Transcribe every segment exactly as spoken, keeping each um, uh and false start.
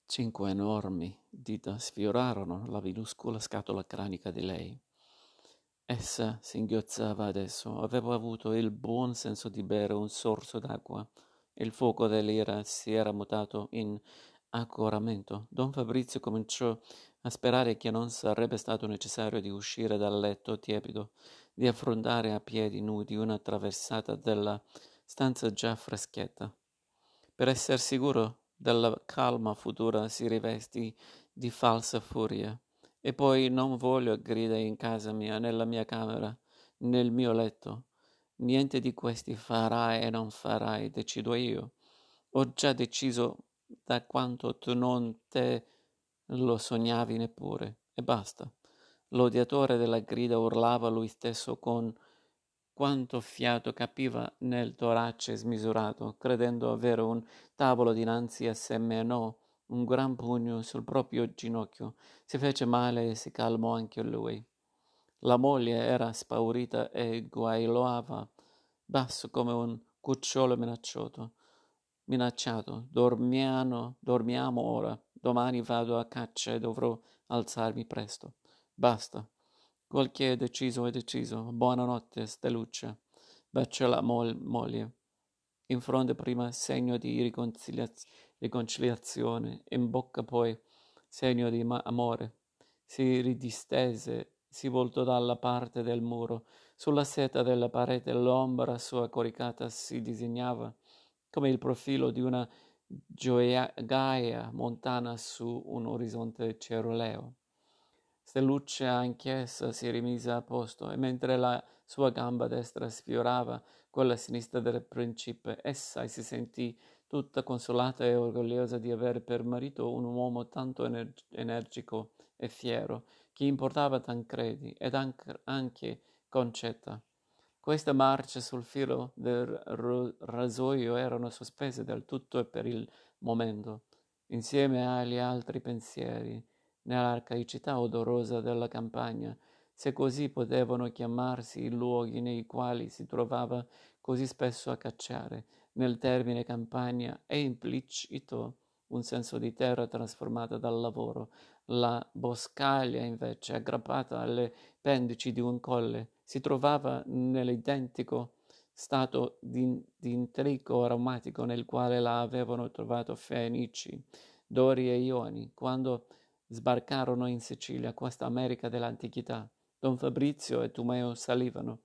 Cinque enormi dita sfiorarono la minuscola scatola cranica di lei. Essa singhiozzava adesso, aveva avuto il buon senso di bere un sorso d'acqua. Il fuoco dell'ira si era mutato in accoramento. Don Fabrizio cominciò a sperare che non sarebbe stato necessario di uscire dal letto tiepido, di affrontare a piedi nudi una traversata della stanza già freschetta. Per esser sicuro della calma futura si rivestì di falsa furia. E poi non voglio grida in casa mia, nella mia camera, nel mio letto. Niente di questi farai e non farai, decido io. Ho già deciso da quanto tu non te lo sognavi neppure. E basta. L'odiatore della grida urlava lui stesso con quanto fiato capiva nel torace smisurato, credendo avere un tavolo dinanzi a sé, menò un gran pugno sul proprio ginocchio. Si fece male e si calmò anche lui. La moglie era spaurita e guailava basso come un cucciolo minaccioso. Minacciato. Dormiano, dormiamo ora. Domani vado a caccia e dovrò alzarmi presto. Basta. Quel che è deciso è deciso. Buonanotte, Stelluccia. Baciò la mol- moglie. In fronte prima segno di riconciliaz- riconciliazione, in bocca poi segno di ma- amore. Si ridistese, si voltò dalla parte del muro. Sulla seta della parete l'ombra sua coricata si disegnava come il profilo di una gioia- gaia montana su un orizzonte ceruleo. Stelluccia anch'essa si rimise a posto e mentre la sua gamba destra sfiorava quella sinistra del principe, essa si sentì tutta consolata e orgogliosa di avere per marito un uomo tanto ener- energico e fiero, che importava Tancredi ed anche, anche Concetta. Queste marce sul filo del ro- rasoio erano sospese del tutto e per il momento, insieme agli altri pensieri, nell'arcaicità odorosa della campagna, se così potevano chiamarsi i luoghi nei quali si trovava così spesso a cacciare. Nel termine campagna è implicito un senso di terra trasformata dal lavoro. La boscaglia, invece, aggrappata alle pendici di un colle, si trovava nell'identico stato di, di intrico aromatico nel quale la avevano trovato Fenici, Dori e Ioni, quando sbarcarono in Sicilia, questa America dell'antichità. Don Fabrizio e Tomeo salivano,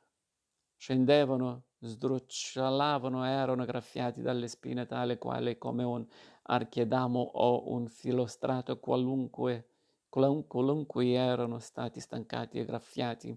scendevano, sdrucciolavano, erano graffiati dalle spine tale quale come un archiedamo o un filostrato qualunque, qualunque erano stati stancati e graffiati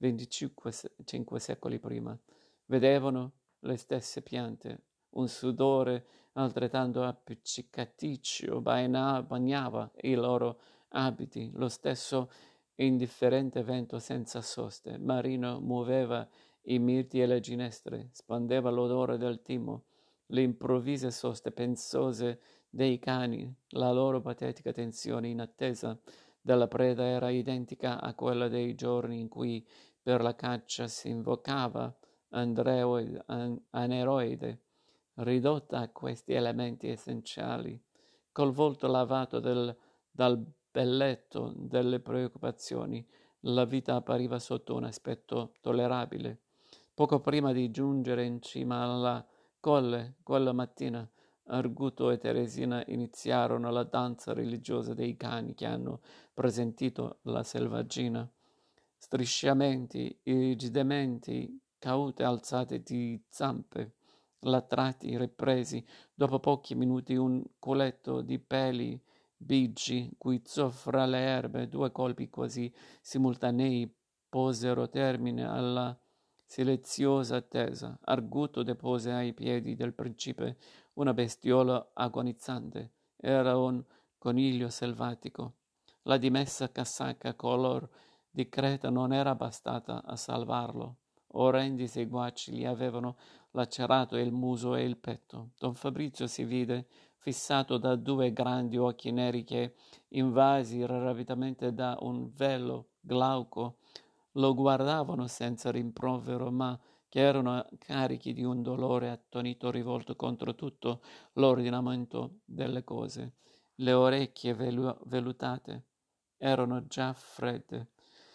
venticinque secoli prima. Vedevano le stesse piante, un sudore altrettanto appiccicaticcio bagnava i loro abiti, lo stesso indifferente vento senza soste marino muoveva i mirti e le ginestre, spandeva l'odore del timo, le improvvise soste pensose dei cani, la loro patetica tensione in attesa della preda era identica a quella dei giorni in cui per la caccia si invocava Andreoide, an, Aneroide, ridotta a questi elementi essenziali, col volto lavato del, dal belletto delle preoccupazioni, la vita appariva sotto un aspetto tollerabile. Poco prima di giungere in cima alla colle, quella mattina, Arguto e Teresina iniziarono la danza religiosa dei cani che hanno presentito la selvaggina. Strisciamenti, irrigidimenti, caute alzate di zampe, latrati ripresi. Dopo pochi minuti un culetto di peli bigi guizzò fra le erbe, due colpi quasi simultanei posero termine alla silenziosa attesa. Arguto depose ai piedi del principe una bestiola agonizzante. Era un coniglio selvatico. La dimessa casacca color di creta non era bastata a salvarlo. Orrendi seguaci gli avevano lacerato il muso e il petto. Don Fabrizio si vide fissato da due grandi occhi neri che, invasi rapidamente da un velo glauco, lo guardavano senza rimprovero, ma che erano carichi di un dolore attonito rivolto contro tutto l'ordinamento delle cose. le orecchie velu- velutate erano già fredde.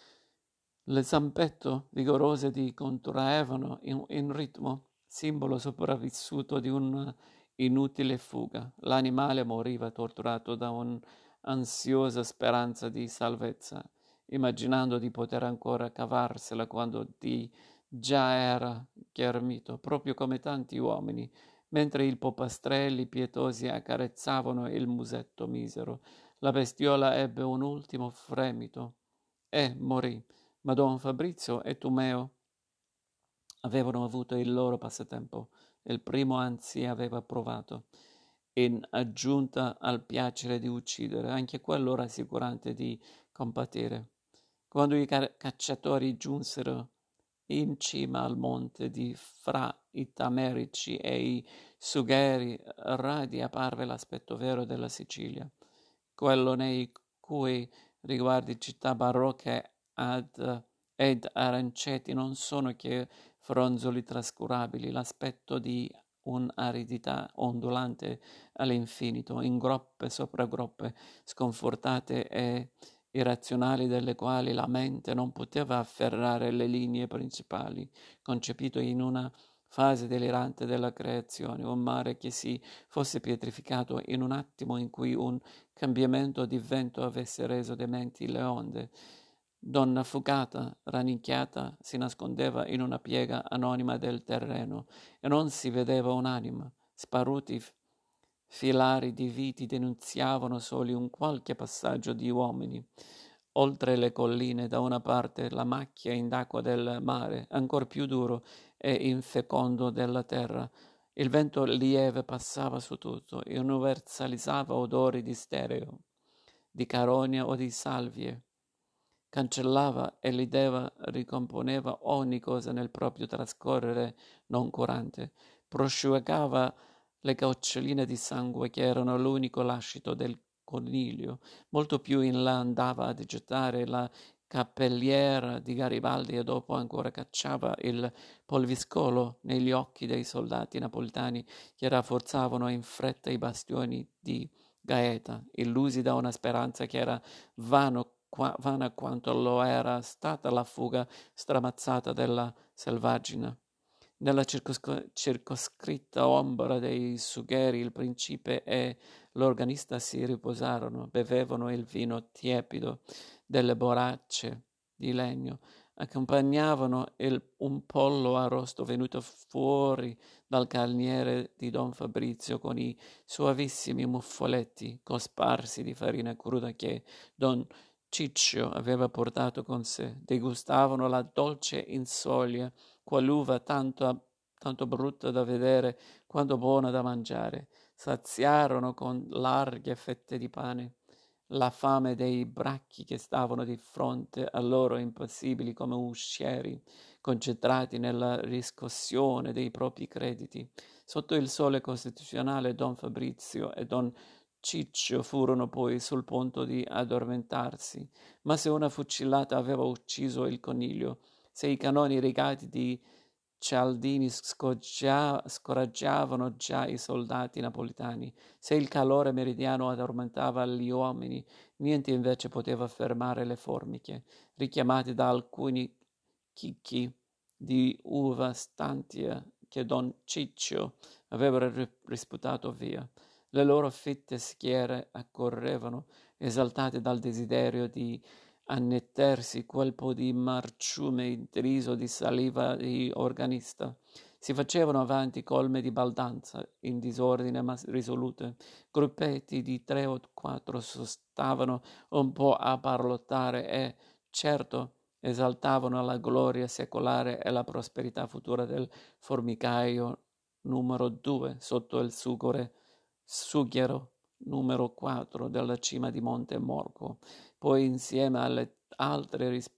Le zampette vigorose di contraevano in, in ritmo, simbolo sopravvissuto di un'inutile fuga. L'animale moriva torturato da un'ansiosa speranza di salvezza, immaginando di poter ancora cavarsela quando di già era ghermito, proprio come tanti uomini, mentre i popastrelli pietosi accarezzavano il musetto misero. La bestiola ebbe un ultimo fremito e morì. Ma Don Fabrizio e Tomeo avevano avuto il loro passatempo. Il primo anzi aveva provato, in aggiunta al piacere di uccidere, anche quello rassicurante di compatire. Quando i ca- cacciatori giunsero in cima al monte di fra i tamerici e i sugheri radi apparve l'aspetto vero della Sicilia, quello nei cui riguardi città barocche ad, ed aranceti non sono che fronzoli trascurabili, l'aspetto di un'aridità ondulante all'infinito, in groppe sopra groppe, sconfortate e irrazionali delle quali la mente non poteva afferrare le linee principali, concepito in una fase delirante della creazione, un mare che si fosse pietrificato in un attimo in cui un cambiamento di vento avesse reso dementi le onde. Donna fugata, rannicchiata, si nascondeva in una piega anonima del terreno e non si vedeva un'anima. Sparuti filari di viti denunziavano soli un qualche passaggio di uomini. Oltre le colline, da una parte, la macchia in d'acqua del mare, ancor più duro e infecondo della terra. Il vento lieve passava su tutto e universalizzava odori di stereo, di caronia o di salvie. Cancellava e l'idea ricomponeva ogni cosa nel proprio trascorrere non curante, prosciugava le goccioline di sangue che erano l'unico lascito del coniglio. Molto più in là andava a gettare la cappelliera di Garibaldi e dopo ancora cacciava il polviscolo negli occhi dei soldati napolitani che rafforzavano in fretta i bastioni di Gaeta, illusi da una speranza che era vano, qua, vana quanto lo era stata la fuga stramazzata della selvaggina. Nella circosco- circoscritta ombra dei sugheri il principe e l'organista si riposarono, bevevano il vino tiepido delle borracce di legno, accompagnavano il, un pollo arrosto venuto fuori dal carniere di Don Fabrizio con i suavissimi muffoletti cosparsi di farina cruda che Don Ciccio aveva portato con sé. Degustavano la dolce insoglia, qual'uva tanto, tanto brutta da vedere quanto buona da mangiare. Saziarono con larghe fette di pane la fame dei bracchi che stavano di fronte a loro impassibili come uscieri, concentrati nella riscossione dei propri crediti. Sotto il sole costituzionale Don Fabrizio e Don Ciccio furono poi sul punto di addormentarsi, ma se una fucilata aveva ucciso il coniglio, se i cannoni rigati di Cialdini scoggia- scoraggiavano già i soldati napolitani, se il calore meridiano addormentava gli uomini, niente invece poteva fermare le formiche, richiamate da alcuni chicchi di uva stantia che Don Ciccio aveva ri- risputato via. Le loro fitte schiere accorrevano, esaltate dal desiderio di annettersi quel po' di marciume intriso di saliva di organista. Si facevano avanti colme di baldanza, in disordine ma risolute. Gruppetti di tre o quattro sostavano un po' a parlottare e, certo, esaltavano la gloria secolare e la prosperità futura del formicaio numero due sotto il sugore, sughero numero quattro della cima di Monte Morco. Poi insieme alle altre ris-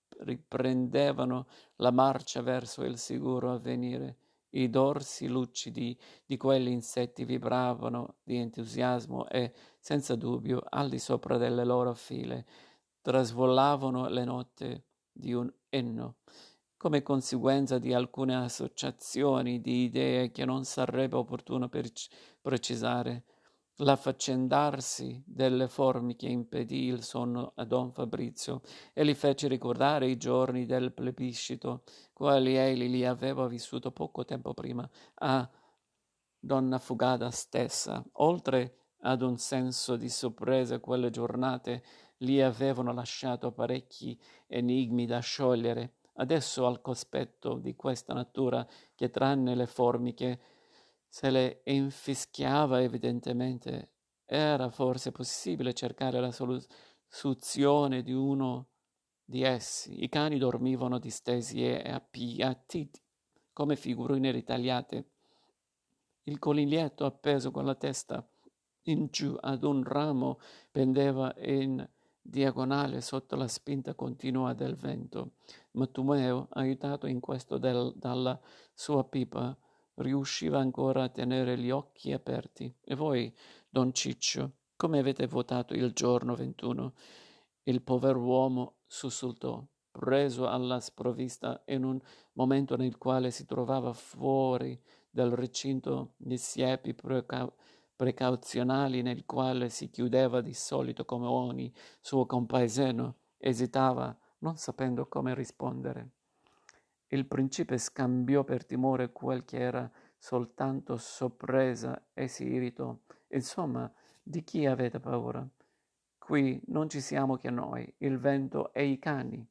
riprendevano la marcia verso il sicuro avvenire. I dorsi lucidi di quegli insetti vibravano di entusiasmo e, senza dubbio, al di sopra delle loro file, trasvolavano le note di un inno, come conseguenza di alcune associazioni di idee che non sarebbe opportuno per precisare. L'affaccendarsi delle formiche impedì il sonno a don Fabrizio e gli fece ricordare i giorni del plebiscito, quali egli li aveva vissuto poco tempo prima a donna Fugada stessa. Oltre ad un senso di sorpresa, quelle giornate gli avevano lasciato parecchi enigmi da sciogliere. Adesso, al cospetto di questa natura che, tranne le formiche, se le infischiava evidentemente, era forse possibile cercare la soluzione di uno di essi. I cani dormivano distesi e appiattiti, come figurine ritagliate. Il coniglietto, appeso con la testa in giù ad un ramo, pendeva in diagonale sotto la spinta continua del vento. Ma Tomeo, aiutato in questo del, dalla sua pipa, riusciva ancora a tenere gli occhi aperti. E voi, don Ciccio, come avete votato il giorno ventuno? Il pover'uomo sussultò, preso alla sprovvista in un momento nel quale si trovava fuori del recinto di siepi precau- precauzionali nel quale si chiudeva di solito come ogni suo compaesano. Esitava, non sapendo come rispondere. Il principe scambiò per timore quel che era soltanto sorpresa e si irritò. Insomma, di chi avete paura? Qui non ci siamo che noi, il vento e i cani.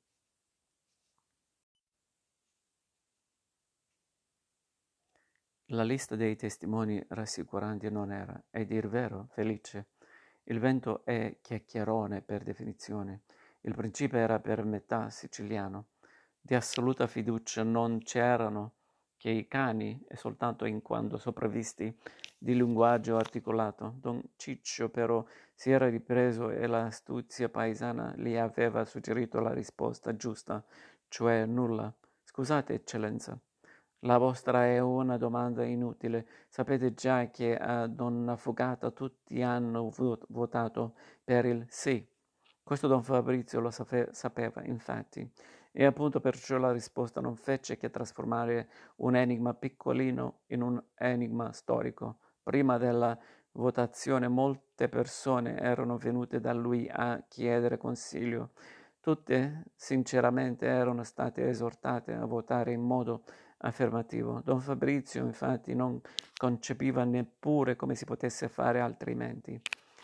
La lista dei testimoni rassicuranti non era, a dir vero, felice. Il vento è chiacchierone per definizione. Il principe era per metà siciliano. Di assoluta fiducia non c'erano che i cani, e soltanto in quanto sopravvisti di linguaggio articolato. Don Ciccio però si era ripreso e l'astuzia paesana gli aveva suggerito la risposta giusta, cioè nulla. Scusate, eccellenza. La vostra è una domanda inutile. Sapete già che a Donna Fugata tutti hanno votato per il sì. Questo don Fabrizio lo sape- sapeva, infatti, e appunto perciò la risposta non fece che trasformare un enigma piccolino in un enigma storico. Prima della votazione molte persone erano venute da lui a chiedere consiglio. Tutte, sinceramente, erano state esortate a votare in modo affermativo. Don Fabrizio, infatti, non concepiva neppure come si potesse fare altrimenti,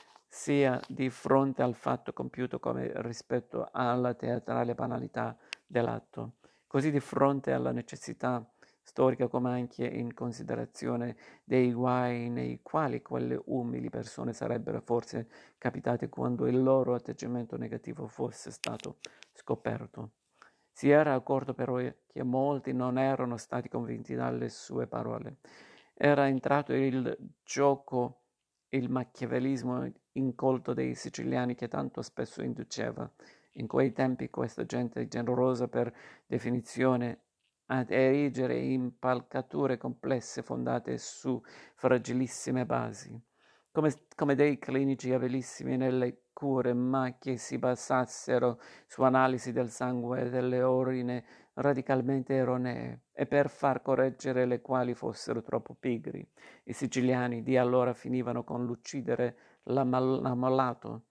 sia di fronte al fatto compiuto come rispetto alla teatrale banalità dell'atto, così di fronte alla necessità storica come anche in considerazione dei guai nei quali quelle umili persone sarebbero forse capitate quando il loro atteggiamento negativo fosse stato scoperto. Si era accorto però che molti non erano stati convinti dalle sue parole. Era entrato il gioco, il machiavellismo incolto dei siciliani che tanto spesso induceva, in quei tempi, questa gente generosa per definizione, ad erigere impalcature complesse fondate su fragilissime basi, come, come dei clinici abilissimi nelle cure, ma che si basassero su analisi del sangue e delle urine radicalmente erronee e per far correggere le quali fossero troppo pigri. I siciliani di allora finivano con l'uccidere l'ammal- l'ammalato,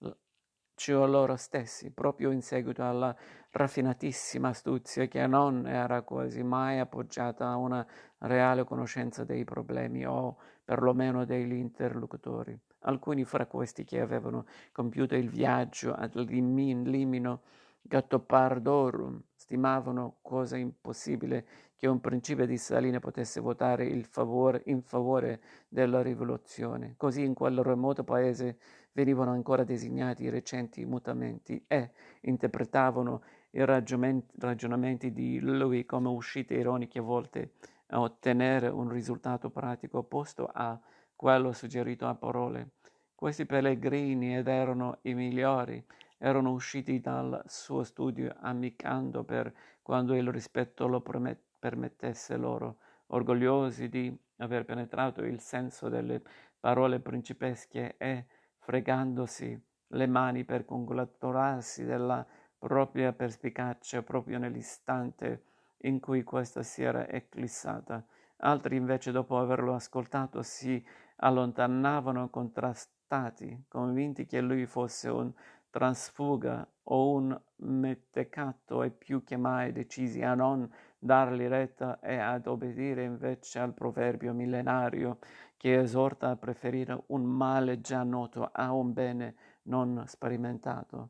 cioè loro stessi, proprio in seguito alla raffinatissima astuzia che non era quasi mai appoggiata a una reale conoscenza dei problemi o perlomeno degli interlocutori. Alcuni fra questi che avevano compiuto il viaggio ad Limino Gattopardorum stimavano cosa impossibile che un principe di Saline potesse votare il favore, in favore della rivoluzione. Così in quel remoto paese venivano ancora designati i recenti mutamenti e interpretavano i ragionamenti di lui come uscite ironiche volte a ottenere un risultato pratico opposto a quello suggerito a parole. Questi pellegrini, ed erano i migliori, erano usciti dal suo studio ammiccando per quando il rispetto lo permettesse loro, orgogliosi di aver penetrato il senso delle parole principesche e fregandosi le mani per congratularsi della propria perspicacia proprio nell'istante in cui questa si era eclissata. Altri invece, dopo averlo ascoltato, si allontanavano contrastati, convinti che lui fosse un transfuga o un mentecato e più che mai decisi a non dargli retta e ad obbedire invece al proverbio millenario che esorta a preferire un male già noto a un bene non sperimentato.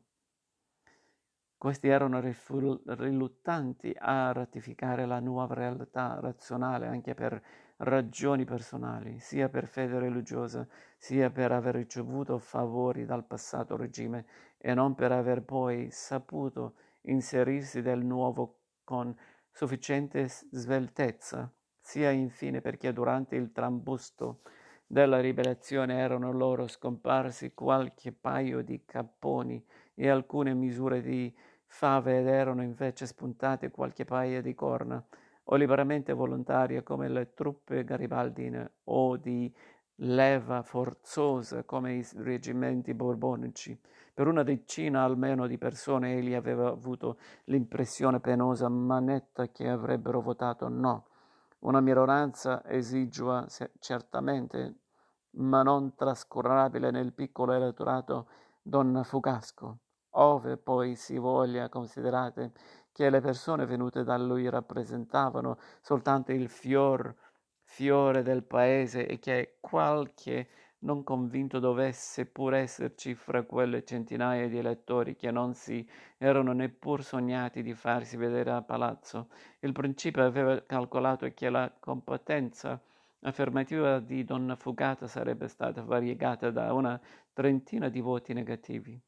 Questi erano rifu- riluttanti a ratificare la nuova realtà razionale anche per ragioni personali, sia per fede religiosa, sia per aver ricevuto favori dal passato regime e non per aver poi saputo inserirsi del nuovo con sufficiente sveltezza, sia infine perché durante il trambusto della ribellione erano loro scomparsi qualche paio di capponi e alcune misure di fave ed erano invece spuntate qualche paia di corna, o liberamente volontarie come le truppe garibaldine, o di leva forzosa come i reggimenti borbonici. Per una decina almeno di persone egli aveva avuto l'impressione penosa ma netta che avrebbero votato no. Una minoranza esigua certamente, ma non trascurabile nel piccolo elettorato donnafugasco, ove poi si voglia considerate che le persone venute da lui rappresentavano soltanto il fior, fiore del paese e che qualche non convinto dovesse pur esserci fra quelle centinaia di elettori che non si erano neppur sognati di farsi vedere a palazzo. Il principe aveva calcolato che la competenza affermativa di Donna Fugata sarebbe stata variegata da una trentina di voti negativi.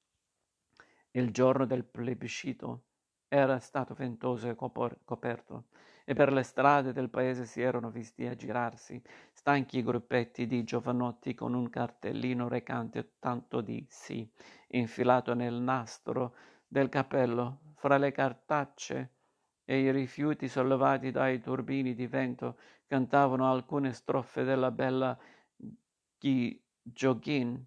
Il giorno del plebiscito era stato ventoso e coperto e per le strade del paese si erano visti aggirarsi stanchi gruppetti di giovanotti con un cartellino recante tanto di sì infilato nel nastro del cappello. Fra le cartacce e i rifiuti sollevati dai turbini di vento cantavano alcune strofe della bella Gioggin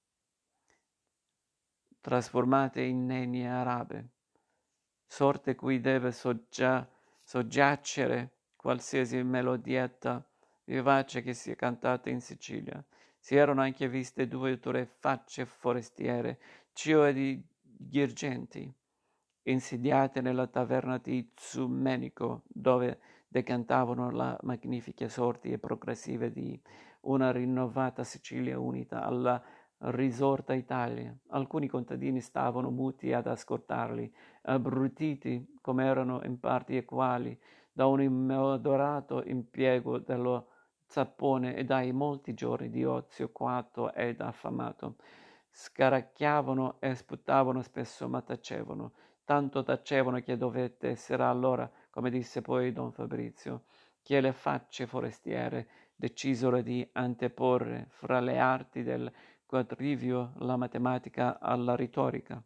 trasformate in nenie arabe, sorte cui deve soggia- soggiacere qualsiasi melodietta vivace che sia cantata in Sicilia. Si erano anche viste due o tre facce forestiere, cioè di Girgenti, insidiate nella taverna di Zumenico, dove decantavano le magnifiche sorti e progressive di una rinnovata Sicilia unita alla risorta Italia. Alcuni contadini stavano muti ad ascoltarli, abbrutiti, come erano in parti equali, da un immodorato impiego dello zappone e dai molti giorni di ozio coatto ed affamato. Scaracchiavano e sputavano spesso, ma tacevano. Tanto tacevano che dovette essere allora, come disse poi don Fabrizio, che le facce forestiere decisero di anteporre fra le arti del quadrivio la matematica alla retorica.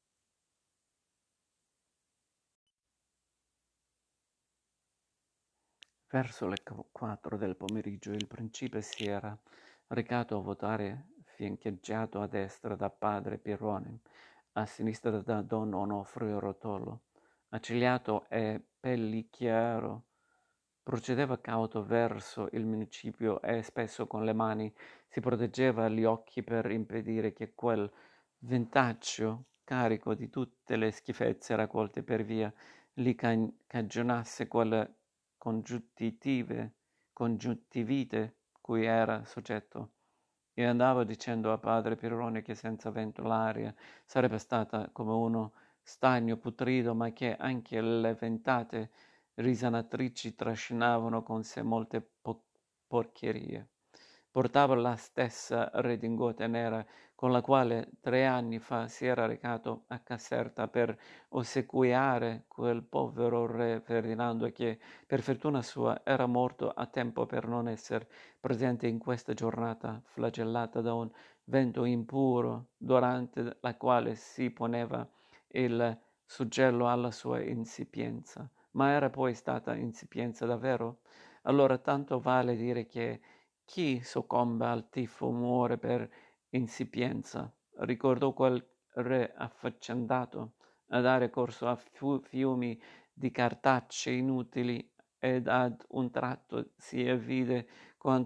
Verso le quattro del pomeriggio il principe si era recato a votare fiancheggiato a destra da padre Pirrone, a sinistra da don Onofrio Rotolo. Accigliato e pellicchiaro, procedeva cauto verso il municipio e spesso con le mani si proteggeva gli occhi per impedire che quel ventaccio, carico di tutte le schifezze raccolte per via, gli cagionasse quelle congiuntive, congiuntivite cui era soggetto. E andava dicendo a padre Pirrone che senza vento l'aria sarebbe stata come uno stagno putrido, ma che anche le ventate risanatrici trascinavano con sé molte po- porcherie. Portava la stessa redingote nera con la quale tre anni fa si era recato a Caserta per ossequiare quel povero re Ferdinando che, per fortuna sua, era morto a tempo per non essere presente in questa giornata flagellata da un vento impuro, durante la quale si poneva il suggello alla sua insipienza. Ma era poi stata insipienza davvero? Allora tanto vale dire che chi soccomba al tifo muore per insipienza. Ricordò quel re affaccendato a dare corso a fu- fiumi di cartacce inutili ed ad un tratto si vide quanto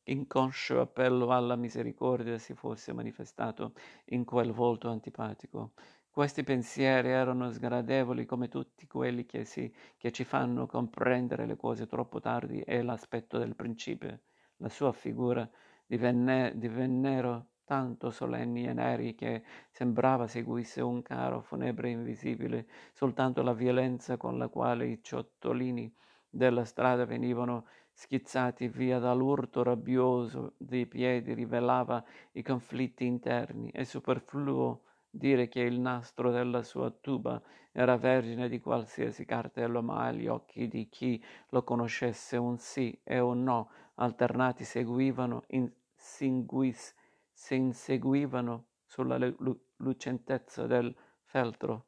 inconscio appello alla misericordia si fosse manifestato in quel volto antipatico. Questi pensieri erano sgradevoli come tutti quelli che, si, che ci fanno comprendere le cose troppo tardi e l'aspetto del principe. La sua figura divenne, divennero tanto solenni e neri che sembrava seguisse un carro funebre invisibile, soltanto la violenza con la quale i ciottolini della strada venivano schizzati via dall'urto rabbioso dei piedi rivelava i conflitti interni. È superfluo dire che il nastro della sua tuba era vergine di qualsiasi cartello, ma agli occhi di chi lo conoscesse un sì e un no alternati seguivano, insinguis, si inseguivano sulla lu- lucentezza del feltro.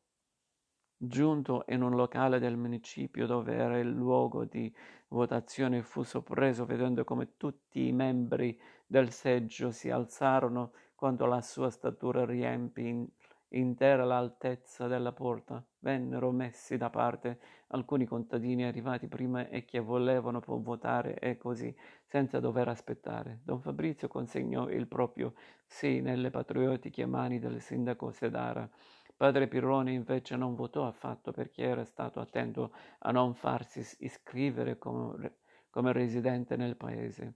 Giunto in un locale del municipio dove era il luogo di votazione, fu sorpreso vedendo come tutti i membri del seggio si alzarono quando la sua statura riempì in- intera l'altezza della porta. Vennero messi da parte alcuni contadini arrivati prima e che volevano votare e così, senza dover aspettare. Don Fabrizio consegnò il proprio sì nelle patriottiche mani del sindaco Sedara. Padre Pirrone invece non votò affatto perché era stato attento a non farsi iscrivere come, come residente nel paese.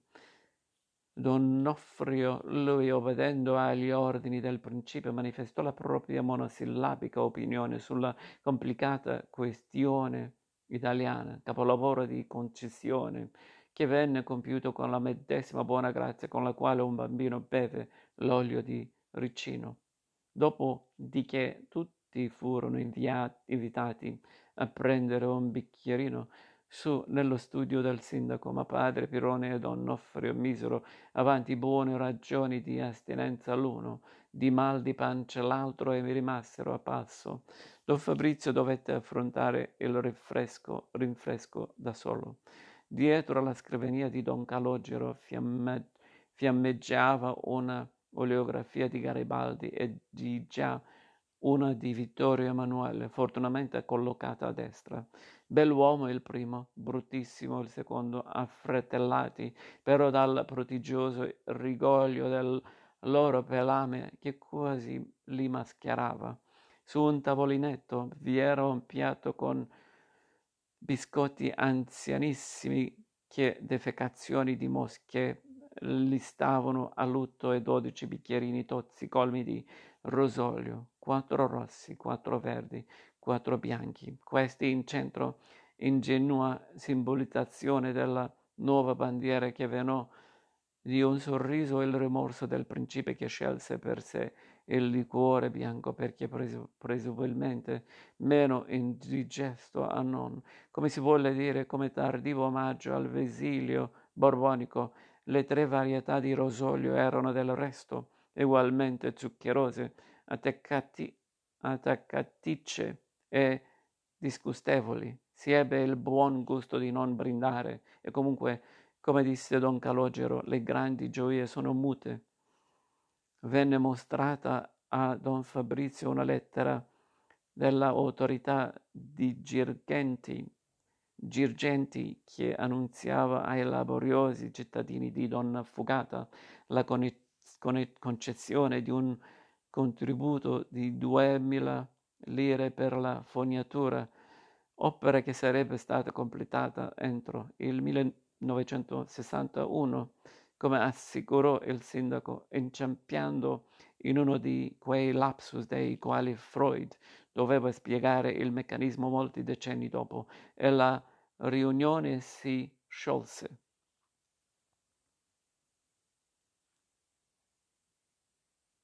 Don Onofrio, lui obbedendo agli ordini del principe, manifestò la propria monosillabica opinione sulla complicata questione italiana, capolavoro di concessione, che venne compiuto con la medesima buona grazia con la quale un bambino beve l'olio di ricino. Dopo di che tutti furono inviati, invitati a prendere un bicchierino su nello studio del sindaco, ma padre Pirone e don Onofrio misero avanti buone ragioni di astinenza l'uno, di mal di pancia l'altro e mi rimasero a passo. Don Fabrizio dovette affrontare il rinfresco, rinfresco da solo. Dietro la scrivania di don Calogero fiamme, fiammeggiava una oleografia di Garibaldi e di già una di Vittorio Emanuele, fortunatamente collocata a destra. Bell'uomo il primo, bruttissimo il secondo, affretellati però dal prodigioso rigoglio del loro pelame che quasi li mascherava. Su un tavolinetto vi era un piatto con biscotti anzianissimi che defecazioni di mosche li stavano a lutto e dodici bicchierini tozzi colmi di rosolio, quattro rossi, quattro verdi, quattro bianchi. Questi in centro, ingenua simbolizzazione della nuova bandiera che venò di un sorriso il rimorso del principe che scelse per sé il liquore bianco perché presu- presumibilmente meno indigesto a non, come si vuole dire, come tardivo omaggio al vesilio borbonico. Le tre varietà di rosolio erano del resto ugualmente zuccherose, attaccati, attaccaticce e disgustevoli. Si ebbe il buon gusto di non brindare e comunque, come disse don Calogero, le grandi gioie sono mute. Venne mostrata a don Fabrizio una lettera dell'autorità di Girgenti, Girgenti che annunziava ai laboriosi cittadini di Donna Fugata la concessione di un contributo di duemila lire per la fognatura, opera che sarebbe stata completata entro il millenovecentosessantuno, come assicurò il sindaco, inciampiando in uno di quei lapsus dei quali Freud doveva spiegare il meccanismo molti decenni dopo, e la riunione si sciolse.